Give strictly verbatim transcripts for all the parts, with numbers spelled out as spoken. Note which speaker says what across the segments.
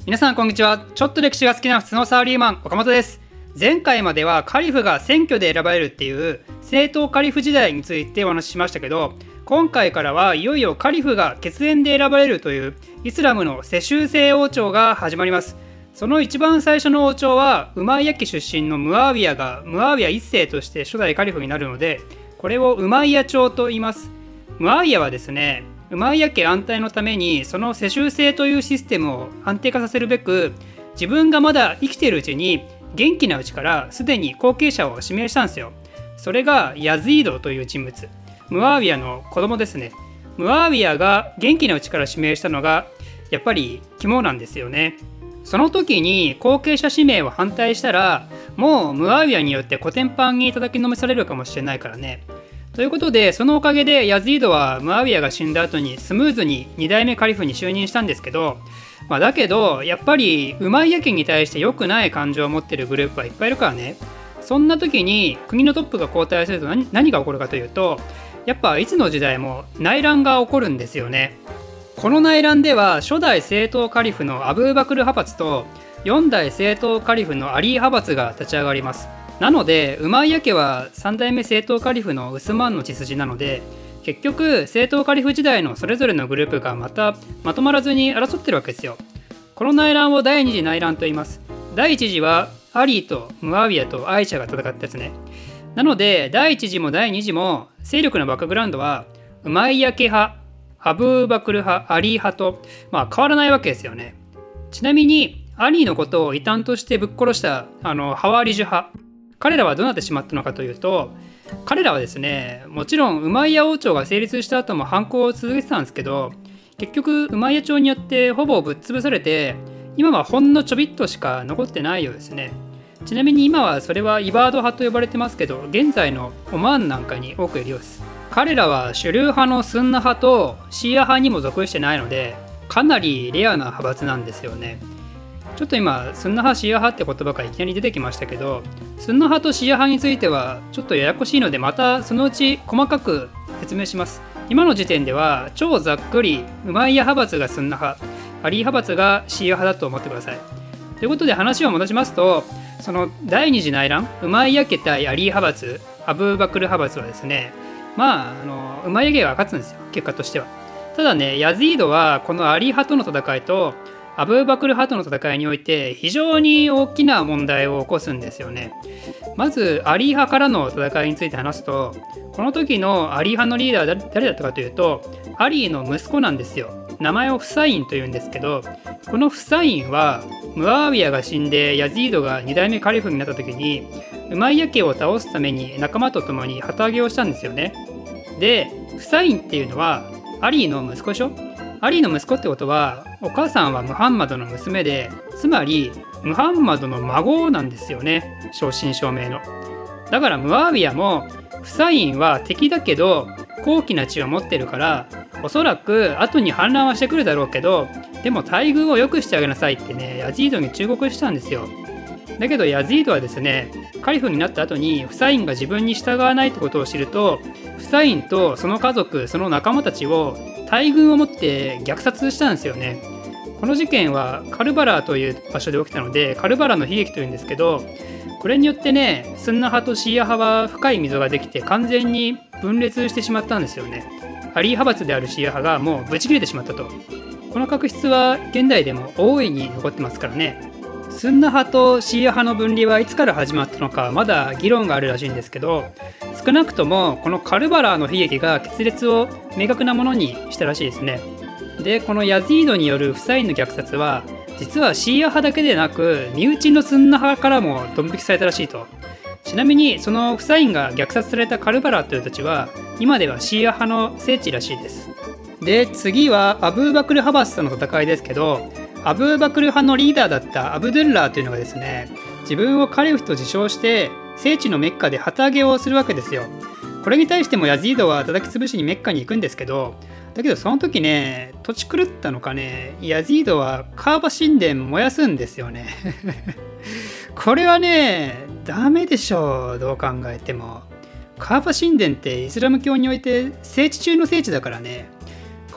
Speaker 1: 皆さんこんにちは。ちょっと歴史が好きな普通のサラリーマン岡本です。前回まではカリフが選挙で選ばれるっていう政党カリフ時代についてお話ししましたけど、今回からはいよいよカリフが血縁で選ばれるというイスラムの世襲制王朝が始まります。その一番最初の王朝はウマイヤ家出身のムアーウィアがムアーウィア一世として初代カリフになるので、これをウマイヤ朝と言います。ムアーウィアはですね、ウマイヤ家安泰のためにその世襲制というシステムを安定化させるべく、自分がまだ生きているうちに元気なうちからすでに後継者を指名したんですよ。それがヤズィードという人物、ムアーウィアの子供ですね。ムアーウィアが元気なうちから指名したのがやっぱり肝なんですよね。その時に後継者指名を反対したら、もうムアーウィアによってコテンパンに叩きのめされるかもしれないからね。ということで、そのおかげでヤズィードはムアーウィアが死んだ後にスムーズにに代目カリフに就任したんですけど、まあ、だけどやっぱりウマイヤ家に対して良くない感情を持ってるグループはいっぱいいるからね。そんな時に国のトップが交代すると 何, 何が起こるかというと、やっぱいつの時代も内乱が起こるんですよね。この内乱では初代政党カリフのアブーバクル派閥とよん代政党カリフのアリー派閥が立ち上がります。なのでウマイヤ家はさん代目政党カリフのウスマンの血筋なので、結局政党カリフ時代のそれぞれのグループがまたまとまらずに争ってるわけですよ。この内乱を第二次内乱と言います。第一次はアリーとムアウィアとアイシャが戦ったやつね。なので第一次も第二次も勢力のバックグラウンドはウマイヤ家派、アブーバクル派、アリー派と、まあ、変わらないわけですよね。ちなみにアリーのことを異端としてぶっ殺したあのハワーリジュ派、彼らはどうなってしまったのかというと、彼らはですね、もちろんウマイヤ王朝が成立した後も反抗を続けてたんですけど、結局ウマイヤ朝によってほぼぶっ潰されて、今はほんのちょびっとしか残ってないようですね。ちなみに今はそれはイバード派と呼ばれてますけど、現在のオマーンなんかに多くいるようです。彼らは主流派のスンナ派とシーア派にも属してないので、かなりレアな派閥なんですよね。ちょっと今スンナ派シーア派って言葉がいきなり出てきましたけど、スンナ派とシーア派についてはちょっとややこしいので、またそのうち細かく説明します。今の時点では超ざっくりウマイヤ派閥がスンナ派、アリー派閥がシーア派だと思ってください。ということで話を戻しますと、その第二次内乱、ウマイヤ家対アリー派閥、アブーバクル派閥はですね、まあ、あのウマイヤ家が勝つんですよ、結果としては。ただね、ヤズィードはこのアリー派との戦いとアブーバクル派との戦いにおいて非常に大きな問題を起こすんですよね。まずアリー派からの戦いについて話すと、この時のアリー派のリーダーは誰だったかというと、アリーの息子なんですよ。名前をフサインというんですけど、このフサインはムアーウィアが死んでヤズィードがに代目カリフになった時に、ウマイヤ家を倒すために仲間と共に旗揚げをしたんですよね。で、フサインっていうのはアリーの息子でしょ。アリーの息子ってことは、お母さんはムハンマドの娘で、つまりムハンマドの孫なんですよね、正真正銘の。だからムアーウィアもフサインは敵だけど高貴な血を持ってるから、おそらく後に反乱はしてくるだろうけど、でも待遇を良くしてあげなさいってね、ヤジードに忠告したんですよ。だけどヤジードはですね、カリフになった後にフサインが自分に従わないってことを知ると、フサインとその家族、その仲間たちを大軍を持って虐殺したんですよね。この事件はカルバラという場所で起きたので、カルバラの悲劇というんですけど、これによってね、スンナ派とシーア派は深い溝ができて完全に分裂してしまったんですよね。アリー派閥であるシーア派がもうブチ切れてしまったと。この確執は現代でも大いに残ってますからね。スンナ派とシーア派の分離はいつから始まったのかまだ議論があるらしいんですけど、少なくともこのカルバラの悲劇が決裂を明確なものにしたらしいですね。で、このヤズィードによるフサインの虐殺は実はシーア派だけでなく身内のスンナ派からもドン引きされたらしいと。ちなみにそのフサインが虐殺されたカルバラという土地は今ではシーア派の聖地らしいです。で、次はアブーバクル派閥との戦いですけど、アブーバクル派のリーダーだったアブドゥッラーというのがですね、自分をカリフと自称して聖地のメッカで旗揚げをするわけですよ。これに対してもヤズィードは叩き潰しにメッカに行くんですけど、だけどその時ね、土地狂ったのかね、ヤズィードはカーバ神殿燃やすんですよねこれはね、ダメでしょう、どう考えても。カーバ神殿ってイスラム教において聖地中の聖地だからね。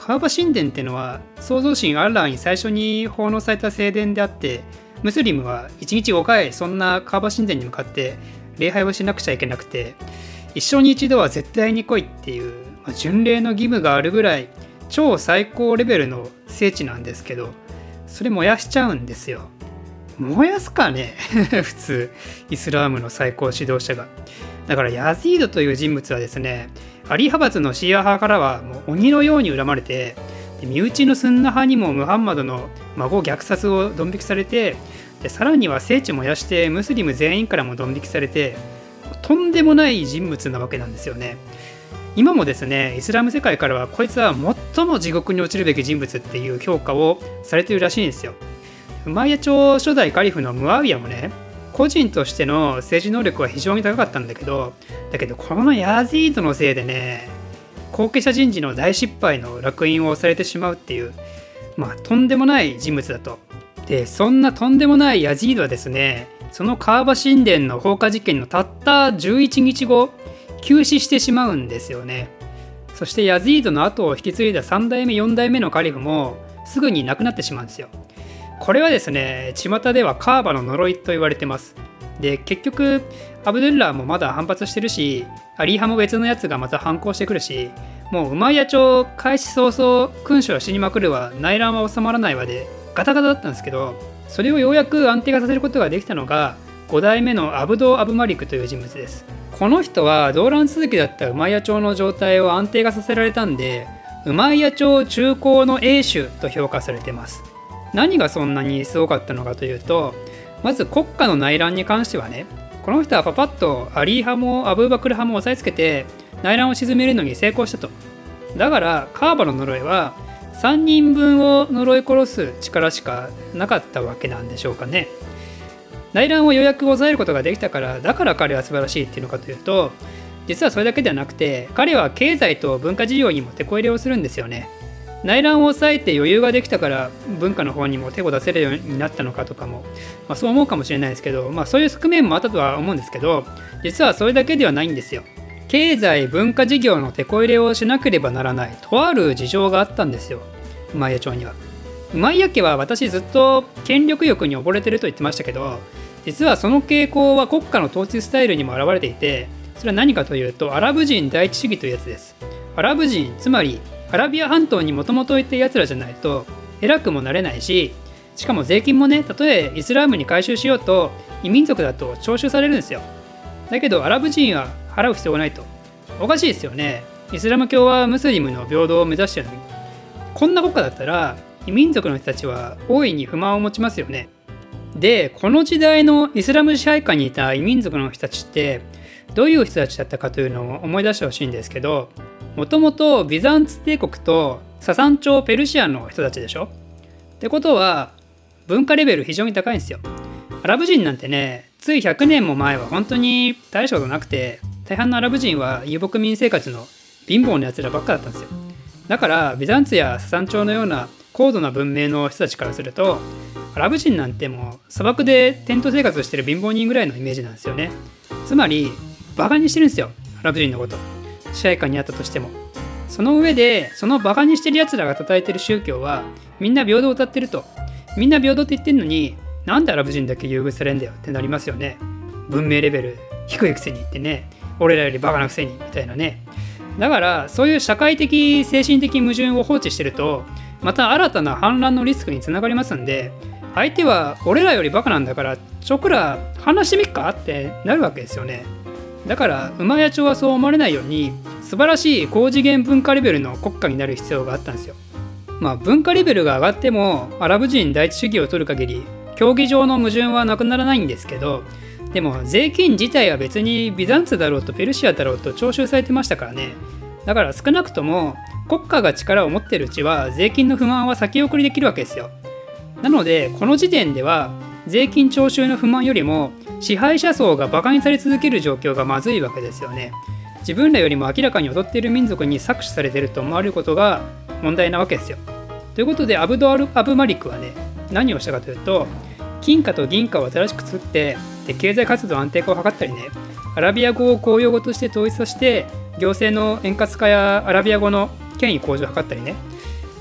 Speaker 1: カーバ神殿ってのは創造神アッラーに最初に奉納された聖殿であって、ムスリムはいちにちごかいそんなカーバ神殿に向かって礼拝をしなくちゃいけなくて、一生に一度は絶対に来いっていう、まあ、巡礼の義務があるぐらい超最高レベルの聖地なんですけど、それ燃やしちゃうんですよ。燃やすかね普通イスラームの最高指導者が。だからヤジードという人物はですね、アリ派閥のシーア派からはもう鬼のように恨まれて、で身内のスンナ派にもムハンマドの孫虐殺をドン引きされて、でさらには聖地燃やしてムスリム全員からもドン引きされて、とんでもない人物なわけなんですよね。今もですね、イスラム世界からはこいつは最も地獄に落ちるべき人物っていう評価をされているらしいんですよ。ウマイヤ朝初代カリフのムアウィヤもね、個人としての政治能力は非常に高かったんだけど、だけどこのヤジードのせいでね、後継者人事の大失敗の烙印をされてしまうっていう、まあとんでもない人物だと。で、そんなとんでもないヤジードはですね、そのカーバ神殿の放火事件のたったじゅういちにちご、急死してしまうんですよね。そしてヤジードの後を引き継いださんだいめよんだいめのカリフもすぐに亡くなってしまうんですよ。これはですね、巷ではカーバの呪いと言われてます。で、結局アブドゥッラーもまだ反発してるし、アリー派も別のやつがまた反抗してくるし、もうウマイヤ朝開始早々君主は死にまくるわ、内乱は収まらないわでガタガタだったんですけど、それをようやく安定化させることができたのがごだいめのアブド・アブマリクという人物です。この人は動乱続きだったウマイヤ朝の状態を安定化させられたんで、ウマイヤ朝中興の英雄と評価されています。何がそんなにすごかったのかというと、まず国家の内乱に関してはね、この人はパパッとアリー派もアブーバクル派も押さえつけて内乱を鎮めるのに成功したと。だからカーバの呪いはさんにんぶんを呪い殺す力しかなかったわけなんでしょうかね。内乱をようやく抑えることができたから、だから彼は素晴らしいっていうのかというと、実はそれだけではなくて、彼は経済と文化事業にも手こ入れをするんですよね。内乱を抑えて余裕ができたから文化の方にも手を出せるようになったのかとかも、まあ、そう思うかもしれないですけど、まあ、そういう側面もあったとは思うんですけど、実はそれだけではないんですよ。経済文化事業の手こ入れをしなければならないとある事情があったんですよ、ウマイヤ朝には。ウマイヤ家は私ずっと権力欲に溺れてると言ってましたけど、実はその傾向は国家の統治スタイルにも表れていて、それは何かというとアラブ人第一主義というやつです。アラブ人、つまりアラビア半島にもともといたやつらじゃないと偉くもなれないし、しかも税金もね、たとえイスラームに回収しようと異民族だと徴収されるんですよ。だけどアラブ人は払う必要がないと。おかしいですよね。イスラム教はムスリムの平等を目指してるのに。こんな国家だったら異民族の人たちは大いに不満を持ちますよね。で、この時代のイスラム支配下にいた異民族の人たちってどういう人たちだったかというのを思い出してほしいんですけど、もともとビザンツ帝国とササン朝ペルシアの人たちでしょ。ってことは文化レベル非常に高いんですよ。アラブ人なんてね、ついひゃくねんも前は本当に大したことなくて、大半のアラブ人は遊牧民生活の貧乏なやつらばっかだったんですよ。だからビザンツやササン朝のような高度な文明の人たちからすると、アラブ人なんてもう砂漠でテント生活してる貧乏人ぐらいのイメージなんですよね。つまりバカにしてるんですよ、アラブ人のこと。支配下にあったとしても。その上でそのバカにしてるやつらが叩いてる宗教はみんな平等を歌ってると。みんな平等って言ってんのに、なんでアラブ人だけ優遇されんだよってなりますよね。文明レベル低いくせに言ってね、俺らよりバカなくせにみたいなね。だからそういう社会的精神的矛盾を放置してると、また新たな反乱のリスクにつながりますんで、相手は俺らよりバカなんだからちょくら話してみっかってなるわけですよね。だからウマイヤ朝はそう思われないように素晴らしい高次元文化レベルの国家になる必要があったんですよ。まあ文化レベルが上がってもアラブ人第一主義を取る限り競技上の矛盾はなくならないんですけど、でも税金自体は別にビザンツだろうとペルシアだろうと徴収されてましたからね。だから少なくとも国家が力を持っているうちは税金の不満は先送りできるわけですよ。なのでこの時点では税金徴収の不満よりも支配者層がバカにされ続ける状況がまずいわけですよね。自分らよりも明らかに劣っている民族に搾取されていると思われることが問題なわけですよ。ということでアブド・アル・アブマリクはね、何をしたかというと、金貨と銀貨を新しく作ってで経済活動安定化を図ったりね、アラビア語を公用語として統一させて行政の円滑化やアラビア語の権威向上を図ったりね、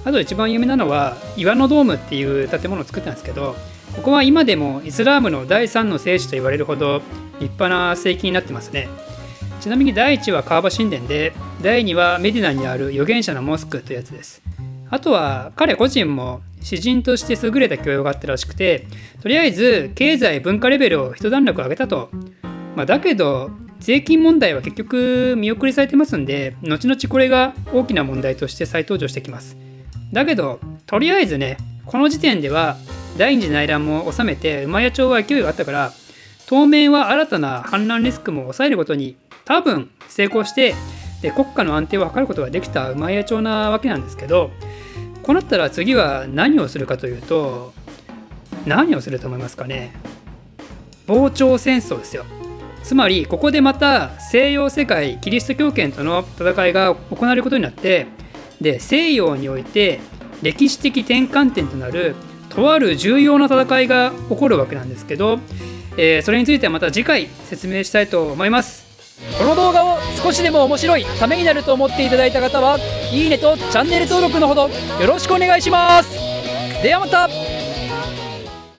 Speaker 1: あと一番有名なのは岩のドームっていう建物を作ったんですけど、ここは今でもイスラームのだいさんの聖地と言われるほど立派な聖域になってますね。ちなみにだいいちはカーバ神殿で、だいにはメディナにある預言者のモスクというやつです。あとは彼個人も詩人として優れた教養があったらしくて、とりあえず経済文化レベルを一段落上げたと。まあ、だけど税金問題は結局見送りされてますんで、後々これが大きな問題として再登場してきます。だけどとりあえずね、この時点では第二次内乱も収めてウマイヤ朝は勢いがあったから、当面は新たな反乱リスクも抑えることに多分成功して、で国家の安定を図ることができたウマイヤ朝なわけなんですけど、こうなったら次は何をするかというと、何をすると思いますかね。防潮戦争ですよ。つまりここでまた西洋世界キリスト教圏との戦いが行われることになって、で西洋において歴史的転換点となるとある重要な戦いが起こるわけなんですけど、えー、それについてはまた次回説明したいと思います。
Speaker 2: この動画を少しでも面白い、ためになると思っていただいた方は、いいねとチャンネル登録のほどよろしくお願いします。ではまた。